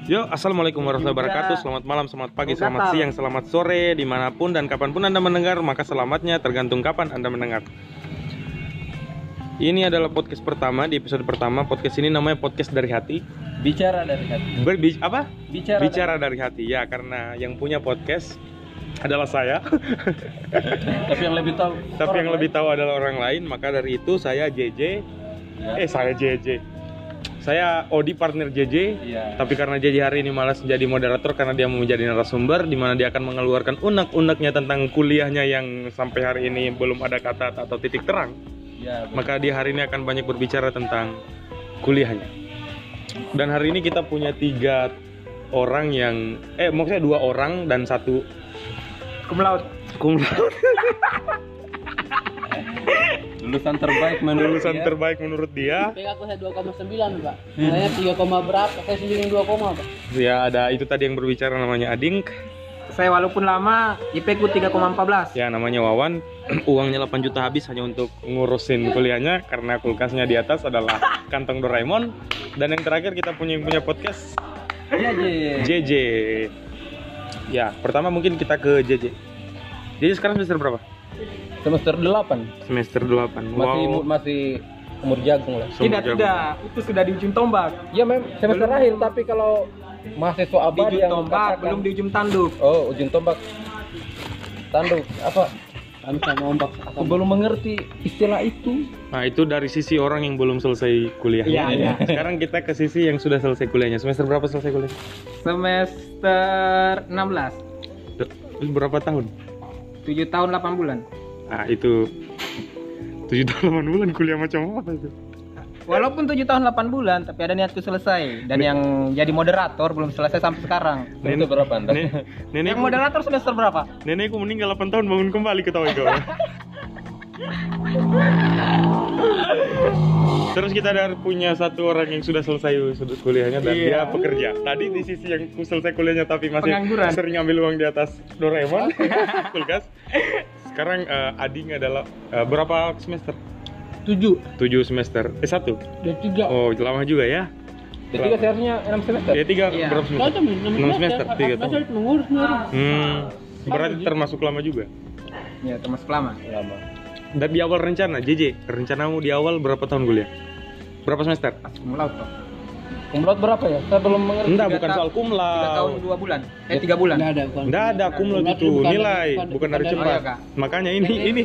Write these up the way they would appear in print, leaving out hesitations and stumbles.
Yo, assalamualaikum warahmatullahi wabarakatuh. Selamat malam, selamat pagi, selamat siang, selamat sore, dimanapun dan kapanpun Anda mendengar, maka selamatnya tergantung kapan Anda mendengar. Ini adalah podcast pertama, di episode pertama. Podcast ini namanya podcast dari hati. Bicara dari hati. Bicara dari hati. Ya, karena yang punya podcast adalah saya. Tapi yang lebih tahu adalah orang lain. Maka dari itu saya JJ. Saya Odi, partner JJ. Tapi karena JJ hari ini malas jadi moderator karena dia mau menjadi narasumber, di mana dia akan mengeluarkan unek-uneknya tentang kuliahnya yang sampai hari ini belum ada kata atau titik terang. Maka dia hari ini akan banyak berbicara tentang kuliahnya. Dan hari ini kita punya 3 orang yang maksudnya 2 orang dan 1 cum laude. Lulusan terbaik menurut dia. IPK aku saya 2,9 Pak. Saya 3, berapa? Saya sendiri 2, Pak. Ya, ada itu tadi yang berbicara namanya Ading. Saya walaupun lama IP ku 3,14. Ya, namanya Wawan. Uangnya 8 juta habis hanya untuk ngurusin kuliahnya karena kulkasnya di atas adalah kantong Doraemon. Dan yang terakhir kita punya podcast JJ. Ya, pertama mungkin kita ke JJ. JJ sekarang semester berapa? Semester 8. Semester 8. Masih umur jagung lah. Tidak, itu sudah di ujung tombak. Ya semester akhir, tapi kalau mahasiswa abadi di ujung tombak belum di ujung tanduk. Oh, ujung tombak. Tanduk apa? Kami sama ombak. Aku belum mengerti istilah itu. Nah, itu dari sisi orang yang belum selesai kuliahnya. Iya. Sekarang kita ke sisi yang sudah selesai kuliahnya. Semester berapa selesai kuliah? Semester 16. Berapa tahun? 7 tahun 8 bulan. Nah, itu 7 tahun 8 bulan kuliah macam apa itu? Walaupun 7 tahun 8 bulan, tapi ada niatku selesai. Dan yang jadi moderator belum selesai sampai sekarang. Itu berapa Anda? Yang moderator semester berapa? Nenekku meninggal 8 tahun bangun kembali, ketawa kau. Terus kita ada punya 1 orang yang sudah selesai kuliahnya dan dia pekerja. Tadi di sisi yang selesai kuliahnya tapi masih pengangguran, sering ambil uang di atas Doraemon, kulkas. Sekarang Ading adalah berapa semester? 7 semester. 1? Dan 3. Oh, lama juga ya. Dan 3 seharusnya 6 semester. Ya 3 berapa semester? 6 semester, 3 tahun. Berarti termasuk lama juga. Ya, termasuk lama. Dan di awal rencanamu di awal berapa tahun kuliah? Berapa semester? Cum laude, Pak. Cum laude berapa ya? Saya belum mengerti. Enggak, bukan soal cum 3 tahun laude. 2 bulan. 3 bulan. Enggak ada cum laude itu nilai, bukan dari cepat. Makanya ini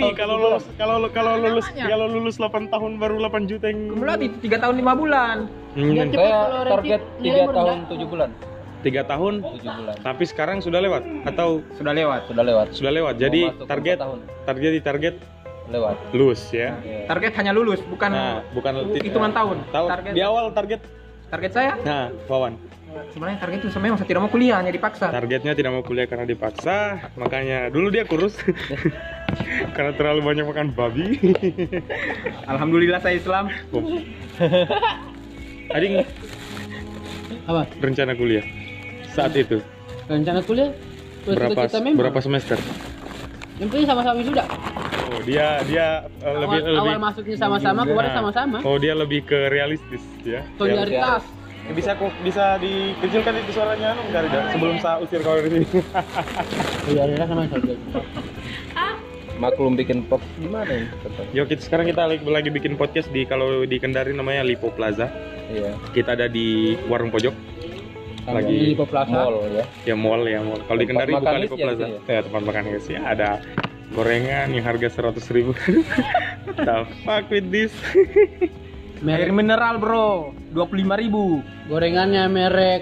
kalau lulus 8 tahun baru 8 juta yang Cum laude itu 3 tahun 5 bulan. Saya target 3 tahun 7 bulan. 3 tahun 7 bulan. Tapi sekarang sudah lewat atau Sudah lewat. sudah lewat. Jadi target lewat. lulus ya. Target hanya lulus, bukan hitungan tahun. Target di awal target saya. Nah, Wawan. Sebenarnya target itu memang saya tidak mau kuliah, hanya dipaksa. Targetnya tidak mau kuliah karena dipaksa, makanya dulu dia kurus. Karena terlalu banyak makan babi. Alhamdulillah saya Islam. Ading, Apa? rencana kuliah saat itu Rencana kuliah? berapa semester? Yang penting sama-sama sudah. Oh, dia lebih Awal masuknya sama-sama, keluar sama-sama. Oh, dia lebih ke realistis ya. Solidaritas. Bisa dikecilkan itu suaranya enggak sebelum saya usir kau dari sini. Solidaritas sama solidaritas. Maklum bikin pop gimana ya? Yo, sekarang kita lagi bikin podcast kalau di Kendari namanya Lipo Plaza. Iya. Kita ada di warung pojok. Lagi di Lipo Plaza. Mall ya. Ya mall. Kalau di Kendari bukan Lipo Plaza. Ya? Tempat makan guys ya. Ada gorengan yang harga 100.000. The fuck with this? Air mineral bro, 25.000. Gorengannya merek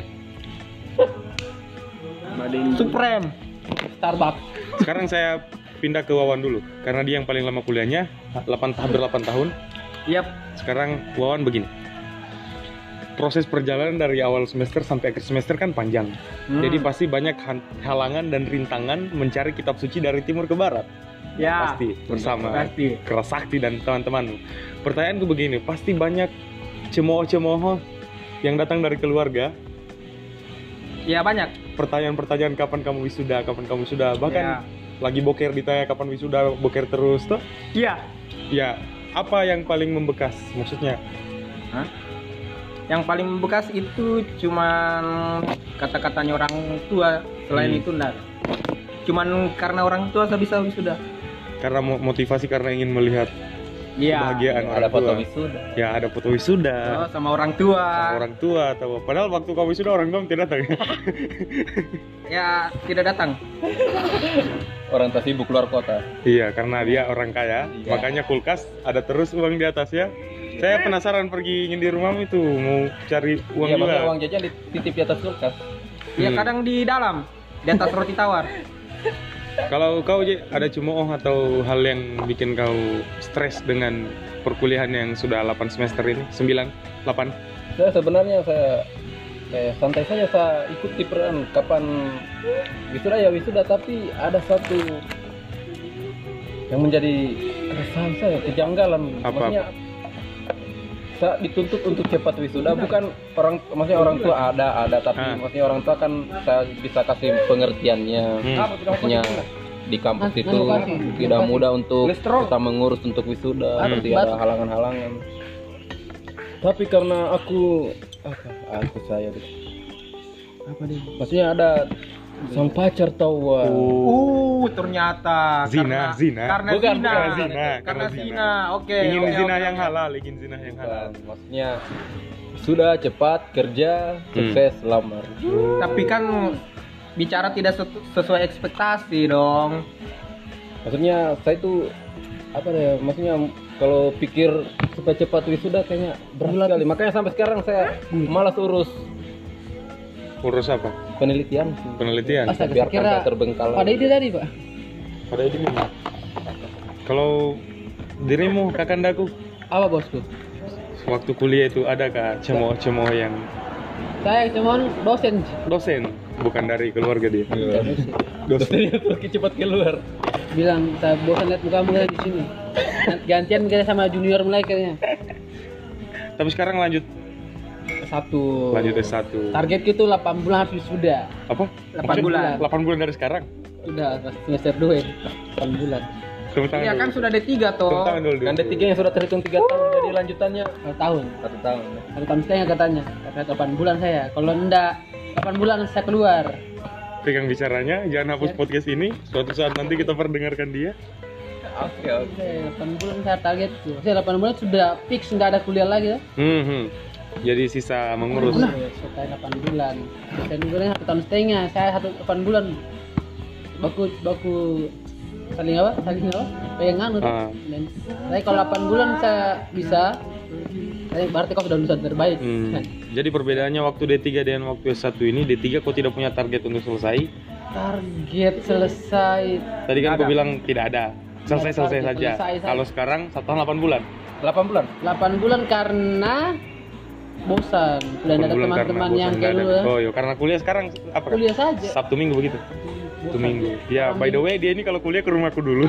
Supreme, Starbucks. Sekarang saya pindah ke Wawan dulu karena dia yang paling lama kuliahnya, hampir 8 tahun. Yap. Sekarang Wawan begini. Proses perjalanan dari awal semester sampai akhir semester kan panjang. Jadi pasti banyak halangan dan rintangan mencari kitab suci dari timur ke barat. Ya. Pasti bersama Kerasakti dan teman-teman. Pertanyaanku begini, pasti banyak cemooh-cemooh yang datang dari keluarga. Ya, banyak. Pertanyaan-pertanyaan kapan kamu wisuda, bahkan lagi boker ditanya kapan wisuda, boker terus tuh. Iya. Ya, apa yang paling membekas maksudnya? Yang paling membekas itu cuman kata-katanya orang tua, selain itu enggak. Cuman karena orang tua saya bisa wisuda. Karena motivasi karena ingin melihat Iya. kebahagiaan Ada orang foto tua. wisuda. Ya ada foto wisuda. Oh, sama orang tua. Sama orang tua atau padahal waktu kau wisuda orang tua tidak datang. Ya tidak datang. Orang tak sibuk keluar kota. Iya, karena dia orang kaya, Iya. makanya kulkas ada terus uang di atas ya. Saya penasaran pergi nyindir rumahmu itu, mau cari uang Iya, juga. makanya uang jajan dititip di atas kulkas. Ya kadang di dalam, di atas roti tawar. Kalau kau Je, ada cemooh atau hal yang bikin kau stres dengan perkuliahan yang sudah 8 semester ini? 9, 8? Saya sebenarnya santai saja saya ikuti peran kapan wisuda ya wisuda, tapi ada satu yang menjadi keresahan saya, kejanggalan. Apa? Maksudnya saya dituntut untuk cepat wisuda, bukan maksudnya orang tua ada tapi maksudnya orang tua kan saya bisa kasih pengertiannya. Maksudnya di kampus itu tidak mudah untuk kita mengurus untuk wisuda, pasti ada halangan-halangan. Tapi karena aku saya maksudnya ada sang pacar tahu. Ternyata Zina. Karena Bukan, zina. bukan zina, Karena karena zina. Oke. ingin oke, zina oke, yang oke. halal, ingin zina yang halal. Maksudnya sudah cepat kerja, sukses, lamar. Tapi kan bicara tidak sesuai ekspektasi dong. Maksudnya saya itu maksudnya kalau pikir supaya cepat wisuda kayaknya berat sekali. Makanya sampai sekarang saya malas urus Urus apa? penelitian. Penelitian. Biarkan saya terbengkalai. Pada ide tadi, Pak. Pada ini. Kalau dirimu kakandaku Apa, Bosku? waktu kuliah itu adakah cemooh-cemooh yang Saya cuma dosen, bukan dari keluarga dia? Dosennya tuh cepat keluar. bilang saya bosan lihat mukamu di sini. Gantian kita sama junior mulai kayaknya. Tapi sekarang lanjut Lanjut S1. Target itu 8 bulan habis sudah. Apa? 8 bulan. 8 bulan dari sekarang. Sudah semester 2 ya. 8 bulan. Tepuk tangan Iya dulu. kan sudah D3 Tepuk toh. tangan dulu. Kan D3 yang sudah terhitung 3 tahun, jadi lanjutannya 1 tahun. 1 tahun. 1 tahun setengah katanya. Tapi 8 bulan saya. Kalau enggak 8 bulan saya keluar. Pegang bicaranya, jangan hapus podcast ini. Suatu saat nanti kita perdengarkan dia. Oke. Oke, 8 bulan saya target tuh. Saya 8 bulan sudah fix enggak ada kuliah lagi ya. Jadi sisa mengurus. Saya 8 bulan. Saya bulan 1 tahun setengah. Saya 8 bulan. Baku saling apa? Pegangan gitu. Dan saya kalau 8 bulan saya bisa. Saya berarti kau sudah lulusan terbaik. Jadi perbedaannya waktu D3 dengan waktu S1 ini, D3 kau tidak punya target untuk selesai. Target selesai. Tadi kan kau bilang tidak ada. Selesai saja. Selesai. Kalau sekarang 1 tahun 8 bulan. 8 bulan. 8 bulan karena bosan. Sudah ada 8 bulan karena teman-teman bosan yang nggak kayak ada. dulu ya. Oh iya, karena kuliah sekarang apa? Kuliah saja. Sabtu Minggu begitu. Sabtu Minggu. Ya, by the way dia ini kalau kuliah ke rumahku dulu.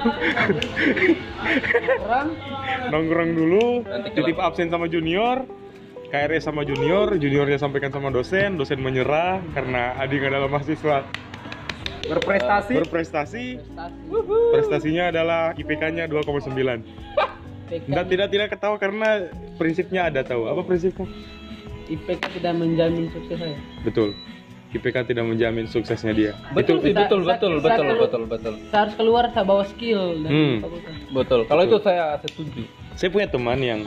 Orang Nongkrong dulu, Nanti titip absen sama junior, KRS sama junior, juniornya sampaikan sama dosen, dosen menyerah karena adik adalah mahasiswa Berprestasi. berprestasi. Prestasinya adalah IPK-nya 2,9. Dan tidak ketawa karena prinsipnya ada tahu. Apa prinsipnya? IPK tidak menjamin sukses saya. Betul. IPK tidak menjamin suksesnya dia. Betul. Saya harus keluar saya bawa skill dan fakultas. Betul. Kalau itu saya setuju. Saya punya teman yang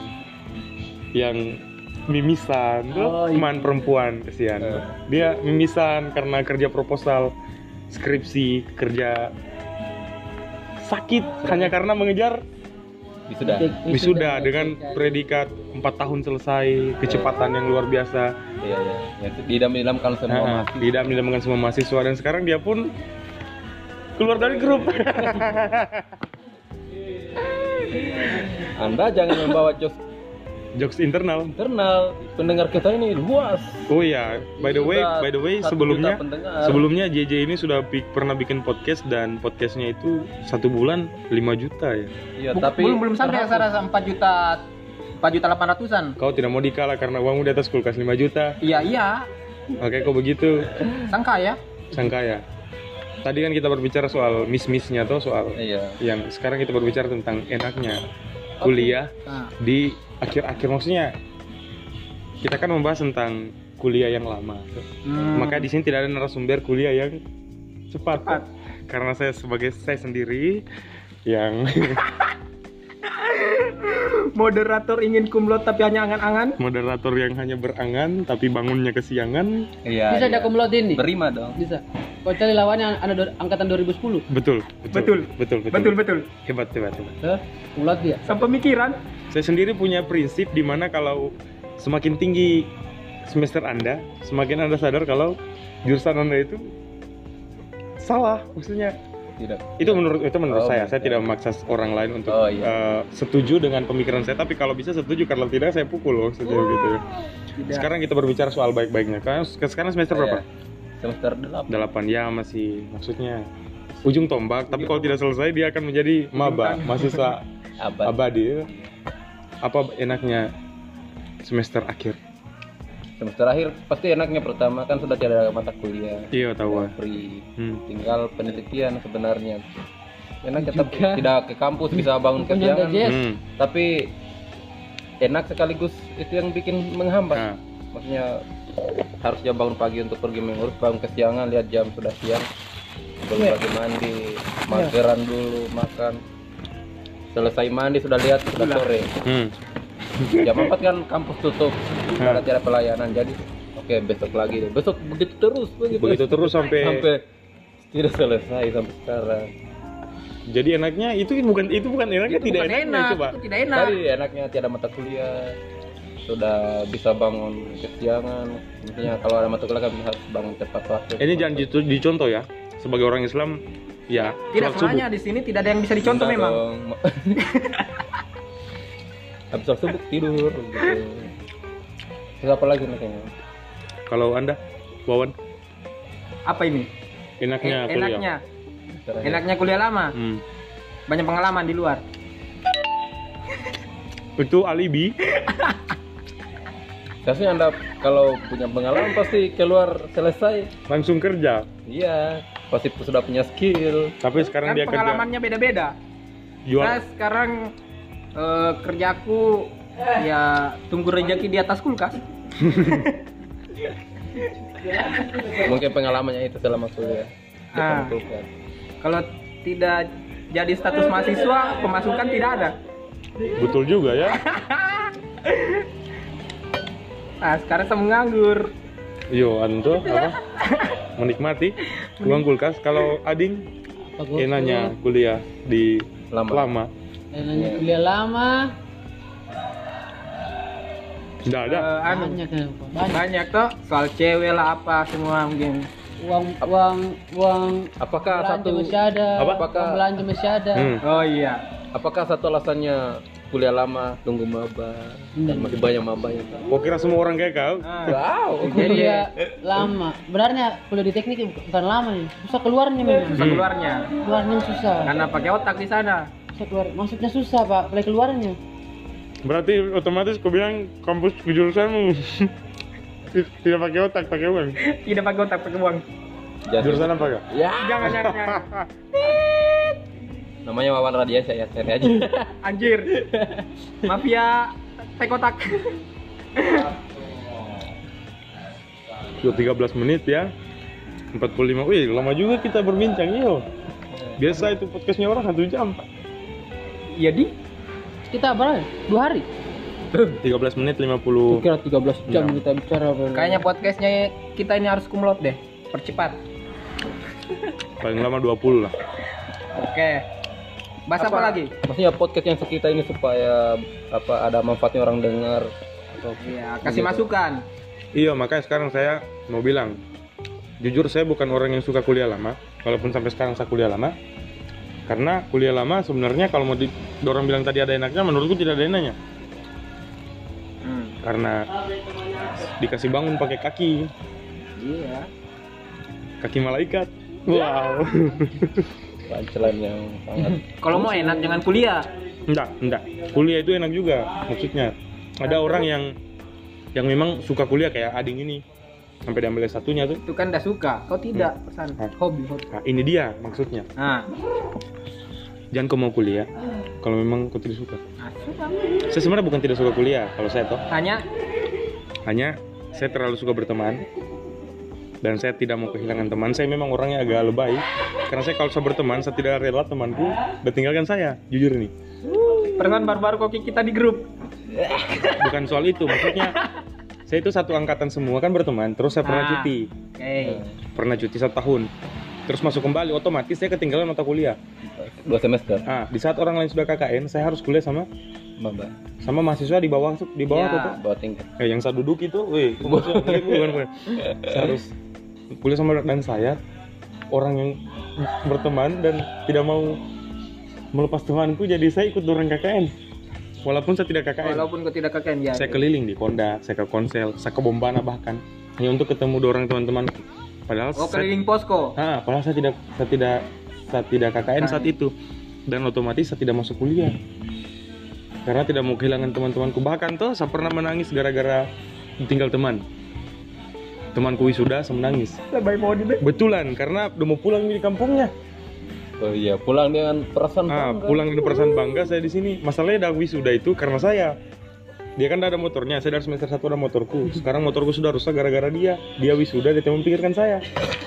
mimisan, Oh, iya. teman perempuan kesian. Dia mimisan karena kerja proposal, skripsi, kerja sakit hanya karena mengejar wisuda dengan predikat 4 tahun selesai, kecepatan yang luar biasa. Iya. Ya, didam-damkan semua mahasiswa. Didam-damkan semua mahasiswa dan sekarang dia pun keluar dari grup. Anda jangan membawa Jokes internal. pendengar kita ini luas. Oh iya, by the way, 1 sebelumnya juta pendengar. sebelumnya JJ ini sudah pernah bikin podcast dan podcastnya itu 1 bulan 5 juta ya. Iya, tapi belum sampai saya rasa 4 juta 800-an. Kau tidak mau dikalah karena uangmu di atas kulkas 5 juta. Iya. Oke, kok begitu? Sangka ya. Sangka ya. Tadi kan kita berbicara soal miss-missnya atau soal Iya. yang sekarang kita berbicara tentang enaknya kuliah Nah, di akhir-akhir, maksudnya kita kan membahas tentang kuliah yang lama. Maka di sini tidak ada narasumber kuliah yang cepat. Karena saya sebagai saya sendiri yang Moderator ingin kumlot tapi hanya angan-angan. moderator yang hanya berangan tapi bangunnya kesiangan. Iya. Bisa ada kumlot ini. Berima dong. Bisa. Kau cari lawannya angkatan 2010. Betul. Betul. Hebat. Kumlot dia. Sampai pemikiran. Saya sendiri punya prinsip di mana kalau semakin tinggi semester Anda, semakin Anda sadar kalau jurusan Anda itu salah, maksudnya. Tidak. Itu menurut saya tidak memaksa orang lain untuk setuju dengan pemikiran saya, tapi kalau bisa setuju, kalau tidak saya pukul maksudnya gitu. Sekarang kita berbicara soal baik-baiknya. Sekarang semester berapa? Semester 8. 8 ya, masih maksudnya ujung tombak, tapi kalau tidak selesai dia akan menjadi maba, mahasiswa abadi. Apa enaknya semester akhir? Semester akhir pasti enaknya pertama kan sudah tidak ada mata kuliah. Iya, tahu. Free. Tinggal penelitian sebenarnya. Enak tetap tidak ke kampus, bisa bangun kesiangan. Tapi enak sekaligus itu yang bikin menghambat. Maksudnya harus jam bangun pagi untuk pergi mengurus, bangun kesiangan, lihat jam sudah siang. Belum lagi mandi, mageran dulu, makan. Selesai mandi sudah lihat sudah sore. Jam 4 kan kampus tutup, karena tidak ada pelayanan, jadi oke, besok lagi, besok begitu terus sampai tidak selesai sampai sekarang. Jadi enaknya itu bukan enaknya, tidak enaknya coba. Itu tidak enak. Tadi enaknya tiada mata kuliah, sudah bisa bangun kesiangan. Maksudnya kalau ada mata kuliah kan harus bangun tepat waktu. Ini jangan dicontoh ya, sebagai orang Islam ya. Tidak semuanya di sini tidak ada yang bisa dicontoh memang. Habis subuh tidur gitu. Terus apa lagi kayaknya? Kalau Anda, Wawan? Apa ini? Enaknya kuliah. Enaknya kuliah lama. Banyak pengalaman di luar. Itu alibi. Seharusnya Anda kalau punya pengalaman pasti keluar selesai Langsung kerja. Iya, pasti sudah punya skill. Tapi sekarang Kan dia kerja. pengalamannya beda-beda. Saya sekarang kerjaku ya tunggu rezeki di atas kulkas. Mungkin pengalamannya itu selama kuliah. Kalau tidak jadi status mahasiswa, pemasukan tidak ada. Betul juga ya. Sekarang saya menganggur. Yo, Anto apa? Menikmati uang kulkas. Kalau Ading enaknya kuliah di lama. Enaknya kuliah lama. Tidak ada. Banyak toh, soal cewek lah apa semua mungkin. Uang apakah satu masih ada. apakah Belanja masih ada. Oh iya. Apakah satu alasannya kuliah lama tunggu maba dan masih banyak maba yang Kok kira semua orang kayak kau? wow. Kuliah lama. Benarnya kuliah di teknik bukan lama nih. Susah keluarnya memang. Susah keluarnya. Keluarnya susah. Karena pakai otak di sana. Susah keluar. Maksudnya susah, Pak. Mulai keluarnya. Berarti otomatis kau bilang kampus jurusanmu tidak pakai otak, pakai uang. Tidak pakai otak, pakai uang. Jurusan apa kak? Ya. Jangan. Namanya Wawan Radiansyah ya, cari aja. Anjir. Mafia tek otak. Sudah 13 menit ya. 45. Wih, lama juga kita berbincang, yo. Biasa itu podcastnya orang 1 jam. Iya di. Kita berapa? 2 hari. 13 menit 50. Kira 13 jam kita bicara. Kayaknya podcastnya kita ini harus kumlot deh. Percepat. Paling lama 20 lah. Oke. Bahas apa lagi? Maksudnya podcast yang kita ini supaya ada manfaatnya orang dengar. Iya, kasih masukan. Iya, makanya sekarang saya mau bilang, jujur saya bukan orang yang suka kuliah lama. Walaupun sampai sekarang saya kuliah lama, karena kuliah lama sebenarnya kalau mau orang bilang tadi ada enaknya, menurutku tidak ada enaknya. Karena dikasih bangun pakai kaki. Iya. Kaki malaikat. Wow. Pancelan yang sangat. Kalau mau enak jangan kuliah. Enggak. Kuliah itu enak juga. Maksudnya ada orang yang memang suka kuliah kayak Ading ini. Sampai diambil S1-nya tuh. Itu kan udah suka. Kau tidak, pesan. Hobi. Nah, ini dia maksudnya. Jangan kau mau kuliah kalau memang kau tidak suka. Saya sebenarnya bukan tidak suka kuliah kalau saya toh. Hanya saya terlalu suka berteman dan saya tidak mau kehilangan teman. Saya memang orangnya agak lebay karena saya kalau saya berteman, saya tidak rela temanku udah tinggalkan saya. Jujur ini. Perasaan baru-baru kok kita di grup. Bukan soal itu, maksudnya saya itu satu angkatan semua kan berteman. Terus saya pernah cuti. Pernah cuti 1 tahun. Terus masuk kembali, otomatis saya ketinggalan mata kuliah 2 semester. Di saat orang lain sudah KKN, saya harus kuliah sama mahasiswa di bawah tuh. Bawah tingkat. Yang saya duduk itu, bukan. Saya harus kuliah sama, dan saya orang yang berteman dan tidak mau melepas temanku, jadi saya ikut dorong KKN. Walaupun saya tidak KKN. Ya. Saya keliling di Konda, saya ke Konsel, saya ke Bombana bahkan hanya untuk ketemu dorong teman-teman. Padahal keliling posko. Padahal saya tidak KKN saat itu, dan otomatis saya tidak masuk kuliah karena tidak mau kehilangan teman-temanku. Bahkan tuh saya pernah menangis gara-gara ditinggal temanku wisuda, saya menangis. Betulan karena udah mau pulang di kampungnya. Oh iya, pulang dengan perasaan bangga. Pulang dengan perasaan bangga saya di sini. Masalahnya dah wisuda itu karena saya. Dia kan ada motornya, saya dari semester 1 ada motorku. Sekarang motorku sudah rusak gara-gara dia. Dia wisuda, dia tidak memikirkan saya.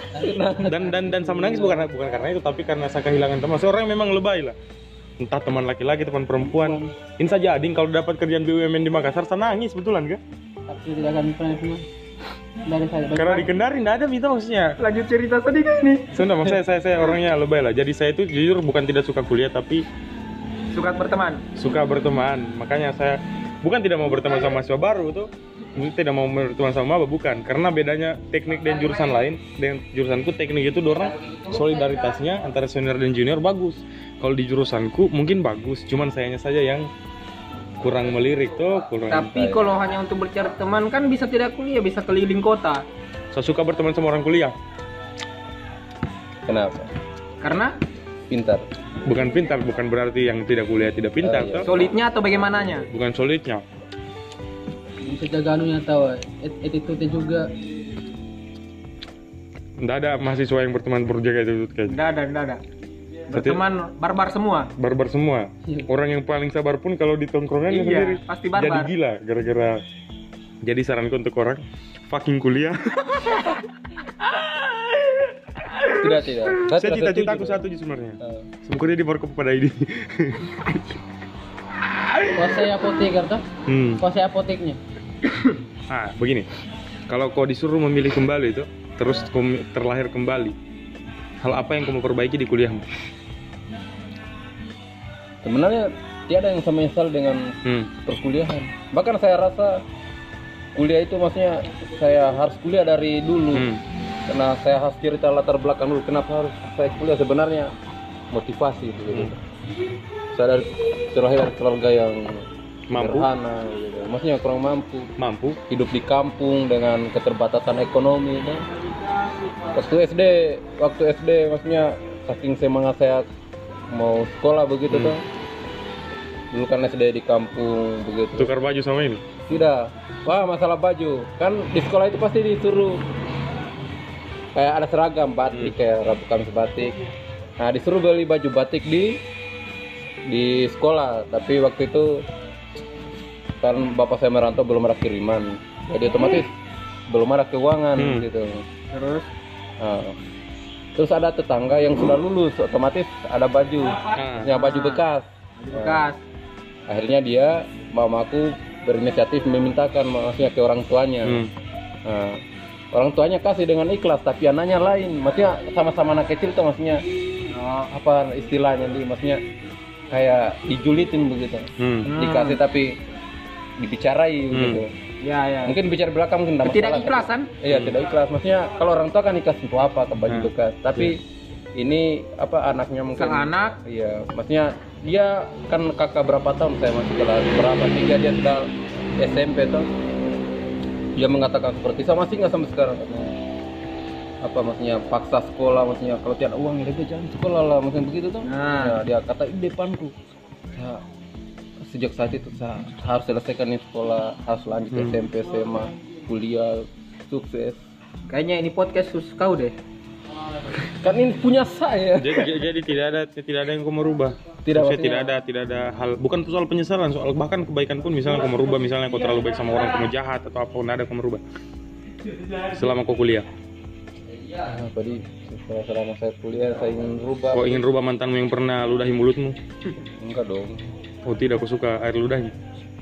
Dan saya menangis bukan karena itu, tapi karena saya kehilangan teman. Seorang memang lebay lah. Entah teman laki-laki, teman perempuan. Ini saja Ading kalau dapat kerjaan BUMN di Makassar, saya nangis betulan kan? Tapi tidak akan pernah semua. Dari saya. Karena di Kendari nggak ada gitu maksudnya. Lanjut cerita sedikit nih. Sebenarnya maksudnya saya orangnya lebay lah. Jadi saya itu jujur bukan tidak suka kuliah, tapi suka berteman. Makanya saya bukan tidak mau berteman sama mahasiswa baru tuh, tidak mau berteman sama maba, bukan. Karena bedanya teknik dan jurusan lain. Dan jurusanku teknik itu dorang solidaritasnya antara senior dan junior bagus. Kalau di jurusanku mungkin bagus, cuman sayanya saja yang kurang melirik tuh. Tapi kalau hanya untuk bercari teman kan bisa tidak kuliah, bisa keliling kota. Saya suka berteman sama orang kuliah. Kenapa? Karena pintar. Bukan pintar, bukan berarti yang tidak kuliah tidak pintar. Iya. Solidnya atau bagaimananya? Bukan solidnya. Bisa jaga anunya tahu, attitude juga. Nggak ada mahasiswa yang berteman berjaga itu kayaknya. Nggak ada. Berteman barbar semua. Orang yang paling sabar pun kalau di tongkrongan sendiri pasti barbar. Jadi gila gara-gara. Jadi saranku untuk orang fucking kuliah. Tidak. Saya cita-citaku satu sebenarnya. Semoga dia dimarkup pada ini. Kuasai apoteker tuh. Kuasai apoteknya. Begini. Kalau kau disuruh memilih kembali itu, terus kau terlahir kembali, hal apa yang kau mau perbaiki di kuliahmu? Sebenarnya tiada yang sama menyesal dengan perkuliahan. Bahkan saya rasa kuliah itu maksudnya saya harus kuliah dari dulu. Karena saya harus cerita latar belakang dulu kenapa harus saya kuliah. Sebenarnya motivasi gitu. Saya terlahir dari keluarga yang sederhana gitu. Maksudnya kurang mampu hidup di kampung dengan keterbatasan ekonomi kan. Waktu SD maksudnya saking semangat saya mau sekolah begitu tuh. Dulu kan SD di kampung begitu. Tukar baju sama ini? Tidak. Wah, masalah baju. Kan di sekolah itu pasti disuruh kayak ada seragam batik, kayak Rabu Kamis batik. Nah, disuruh beli baju batik di sekolah, tapi waktu itu kan bapak saya merantau, belum ada kiriman. Jadi otomatis belum ada keuangan gitu. Terus ada tetangga yang sudah lulus, otomatis ada baju, baju bekas. Akhirnya dia, mamaku berinisiatif memintakan maksudnya ke orang tuanya. Orang tuanya kasih dengan ikhlas, tapi anaknya lain. Maksudnya sama-sama anak kecil tuh maksudnya apa istilahnya nih, maksudnya kayak dijulitin begitu. Dikasih tapi dibicarai gitu. Ya. Mungkin bicara belakang mungkin tidak masalah. Tidak ikhlasan? Iya, tidak ikhlas. Maksudnya kalau orang tua kan ikhlas untuk apa ke baju bekas. Tapi ini apa anaknya mungkin sang anak? Iya, maksudnya dia kan kakak berapa tahun, saya masih kelas berapa, 3 dia sudah SMP tuh. Dia mengatakan seperti saya masih nggak sampai sekarang. Apa maksudnya paksa sekolah, maksudnya kalau tiada uang ya jangan sekolah lah, maksudnya begitu tuh. Ya, dia kata di depanku. Sejak saat itu saya harus selesaikan ini sekolah, harus lanjut SMP, SMA, kuliah, sukses. Kayaknya ini podcast khusus kau deh. Kan ini punya saya. Jadi tidak ada yang kau merubah. Tidak, Maksudnya maksudnya- tidak ada hal, bukan soal penyesalan, soal bahkan kebaikan pun misalnya kau merubah, misalnya kau terlalu baik sama orang, kau mau jahat atau apa, tidak ada kau merubah. Selama kau kuliah. Tadi selama saya kuliah saya ingin rubah. Kau ingin rubah mantanmu yang pernah ludahi mulutmu? Enggak dong. Oh tidak, kau suka air ludahnya?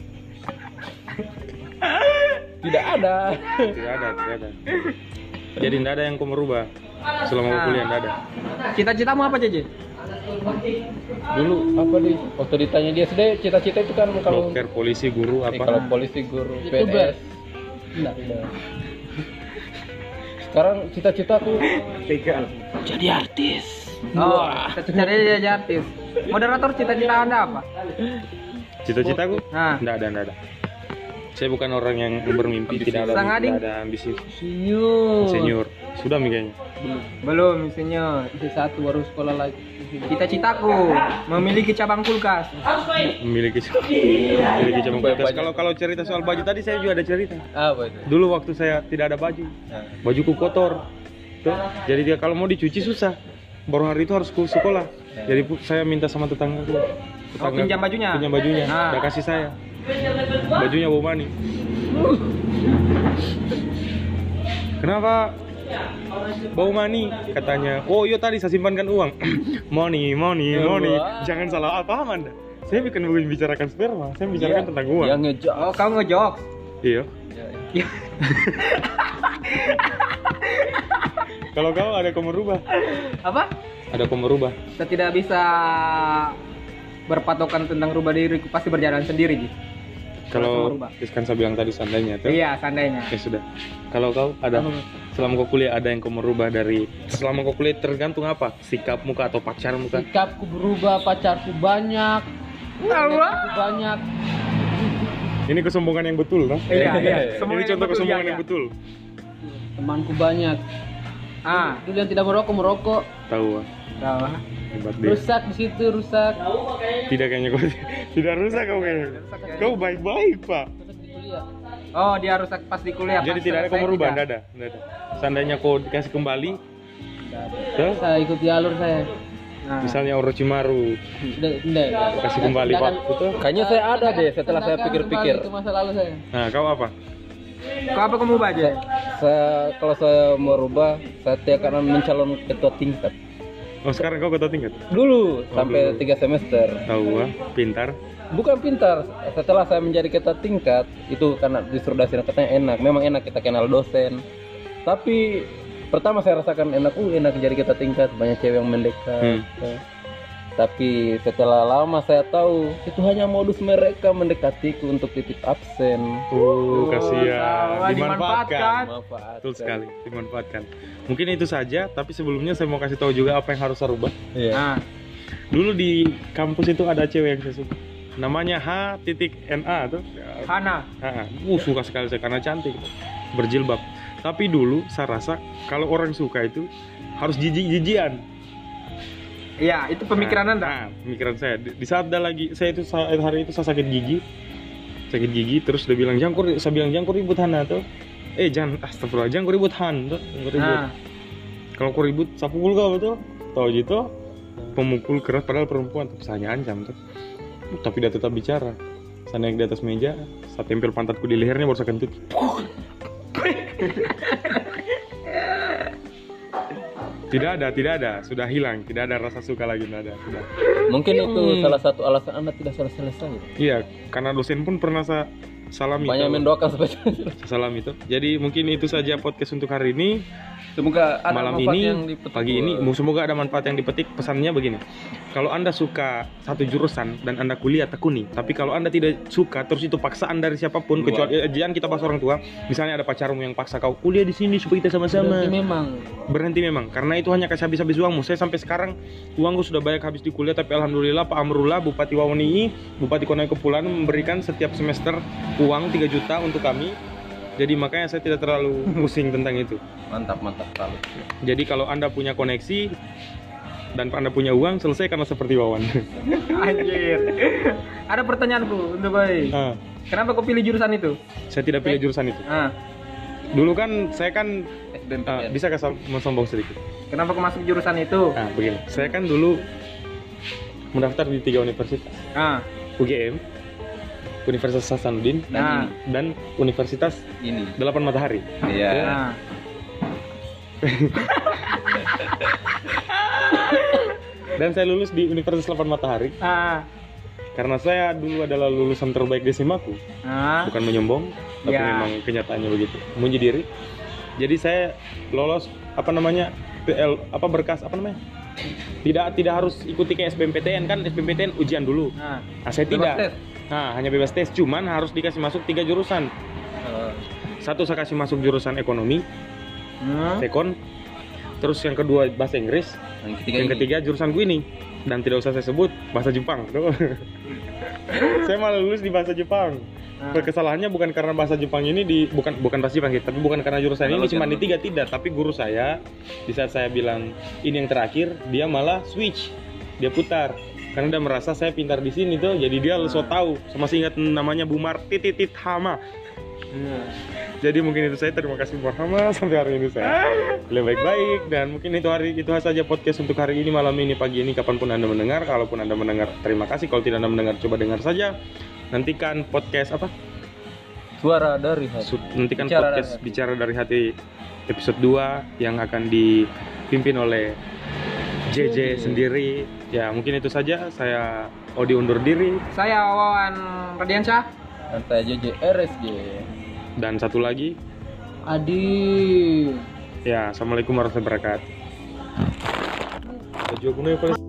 Tidak ada. Tidak ada. Jadi tidak ada yang kau merubah selama kau kuliah, tidak ada. Cita-citamu apa, JJ? Dulu apa nih? Waktu ditanya dia SD, cita-cita itu kan kalau Dokter, polisi, guru, kalau apa? polisi, guru, YouTuber. PNS. Enggak. Sekarang cita-citaku jadi artis. Oh, cita-citanya jadi artis. Moderator, cita-cita Anda apa? Cita-citaku? Nah. Tidak ada. Saya bukan orang yang bermimpi, tidak Sang Ading? ada ambisi. Senior. Senior, sudah kayaknya. Belum, senior. Masih satu baru sekolah lagi. Cita-citaku memiliki cabang kulkas. Memiliki cabang kulkas. Kalau cerita soal baju tadi saya juga ada cerita. Apa itu? Dulu waktu saya tidak ada baju, bajuku kotor. Tuh, jadi dia kalau mau dicuci susah. Baru hari itu harus ke sekolah. Jadi saya minta sama tetanggaku. Pinjam bajunya? Pinjam bajunya. Nah. Udah kasih saya. Bajunya bau mani. Kenapa bau mani? Katanya. Oh iya tadi saya simpankan uang. Money. Jangan salah paham Anda. Saya bukan membicarakan sperma. Saya membicarakan tentang uang. Yang ngejok. Oh, kau ngejok. Iya. Kalau kau ada kau merubah? Apa? Ada kau merubah? Saya tidak bisa berpatokan tentang rubah diri, pasti berjalan sendiri, Ji. Kalau merubah. kan saya bilang tadi seandainya tuh. Iya, seandainya. Ya sudah. Kalau kau ada selama kau kuliah ada yang kau merubah dari selama kau kuliah tergantung apa? Sikapmu kah atau pacarmu kah? Sikapku berubah, pacarku banyak. Netku banyak. Ini kesombongan yang betul, kan? Iya. Ini contoh kesombongan yang betul. Temanku banyak. Ah, Dulu yang tidak merokok. Tahu, tahu. hebat dia. Rusak di situ, rusak. Tidak kayaknya kau tidak rusak kau kayaknya. Kau baik-baik, Pak. Rusak di kuliah. Oh, dia rusak pas di kuliah. Jadi pas tidak ada kau selesai merubah, tidak. tidak ada. Seandainya kau dikasih kembali, tuh, Saya ikuti alur saya. Nah. misalnya Orochimaru Tidak. kasih kembali Tidak akan- waktu tuh. Kayaknya saya ada deh setelah saya Tidak akan pikir-pikir. kembali ke masa lalu saya. Nah, kau apa? Kau apa kamu baca? Kalau saya merubah, saya akan mencalon ketua tingkat. Oh, sekarang kau ketua tingkat? Dulu sampai dulu. 3 semester. Tahu, pintar. Bukan pintar. Setelah saya menjadi ketua tingkat, itu karena disuruh dosen katanya enak. Memang enak kita kenal dosen. Tapi pertama saya rasakan enak jadi ketua tingkat, banyak cewek yang mendekat. Tapi setelah lama saya tahu itu hanya modus mereka mendekatiku untuk titip absen. Kasihan. Dimanfaatkan. Manfaat. Betul sekali, dimanfaatkan. Mungkin itu saja, tapi sebelumnya saya mau kasih tahu juga apa yang harus saya rubah. Iya. Nah, Dulu di kampus itu ada cewek yang saya suka. Namanya H.NA tuh. Hana. Suka sekali saya karena cantik, berjilbab. Tapi dulu saya rasa kalau orang suka itu harus jijik-jijian. Iya, itu pemikiran Anda. Pemikiran saya. Di saat hari itu saya sakit gigi, terus dia bilang saya bilang jangan kau ribut Hana tuh. Jangan, astagfirullah, jangan kau ribut Han tuh. Jangan kau ribut. Nah, Kalau kau ribut, saya pukul kau betul. Tahu gitu, pemukul keras padahal perempuan, tapi saya ancam tuh. Tapi dia tetap bicara. Saya naik di atas meja, saya tempel pantatku di lehernya baru saya kentut. Tidak ada, sudah hilang, tidak ada rasa suka lagi, tidak ada, sudah. Mungkin itu salah satu alasan Anda tidak selesai. Iya, karena dosen pun pernah saya salami. Banyak mendoakan sampai Salam itu. Jadi mungkin itu saja podcast untuk hari ini. semoga ada Malam manfaat ini, yang dipetik. pagi ini, semoga ada manfaat yang dipetik. Pesannya begini: kalau Anda suka satu jurusan dan Anda kuliah tekuni, tapi kalau Anda tidak suka, terus itu paksaan dari siapapun, kecuali jangan kita bahas orang tua. Misalnya ada pacarmu yang paksa kau kuliah di sini supaya kita sama-sama. Berhenti memang, karena itu hanya kasih habis-habis uangmu. Saya sampai sekarang uangku sudah banyak habis di kuliah, tapi alhamdulillah Pak Amrullah, Bupati Wawoni, Bupati Konai Kepulauan memberikan setiap semester uang 3 juta untuk kami. Jadi makanya saya tidak terlalu pusing tentang itu. Mantap sekali. Jadi kalau Anda punya koneksi dan Anda punya uang, selesaikanlah seperti Wawan. anjir. Ada pertanyaanku untuk Boy. Kenapa kau pilih jurusan itu? Saya tidak pilih jurusan itu. Ah. Dulu kan saya kan bisa kasih sombong sedikit. Kenapa kau masuk jurusan itu? Nah, begini. Saya kan dulu mendaftar di 3 universitas. UGM, Universitas Hasanuddin, dan Universitas Ini. 8 Matahari. Iya. Dan saya lulus di Universitas 8 Matahari. Karena saya dulu adalah lulusan terbaik di SIMAku. Bukan menyombong, tapi memang kenyataannya begitu. Menguji diri. Jadi saya lolos berkas tidak harus ikuti kayak SBMPTN kan. SBMPTN ujian dulu. Nah, saya tidak. Hanya bebas tes, cuman harus dikasih masuk 3 jurusan. Satu saya kasih masuk jurusan ekonomi, tekon. Terus yang kedua bahasa Inggris, yang ketiga jurusan gue ini. Dan tidak usah saya sebut, bahasa Jepang. Saya malah lulus di bahasa Jepang. Kesalahannya bukan karena bahasa Jepang ini bukan bahasa Jepang gitu, tapi bukan karena jurusan ini cuma di 3 tidak, tapi guru saya di saat saya bilang ini yang terakhir, dia malah switch, dia putar karena dia merasa saya pintar di sini tuh, jadi dia so tahu. Masih ingat namanya Bumar Titit Hama. Jadi mungkin itu saya, terima kasih buat Hama, sampai hari ini saya lebih baik-baik. Dan mungkin itu saja podcast untuk hari ini, malam ini, pagi ini, kapanpun Anda mendengar. Kalaupun Anda mendengar, terima kasih. Kalau tidak Anda mendengar, coba dengar saja. Nantikan podcast Suara dari Hati. Nantikan podcast Bicara dari Hati episode 2 yang akan dipimpin oleh JJ sendiri. Ya mungkin itu saja, saya Odi undur diri. Saya Wawan Radiansyah. Dan saya JJ RSJ. Dan satu lagi Adi. Ya, assalamualaikum warahmatullahi wabarakatuh.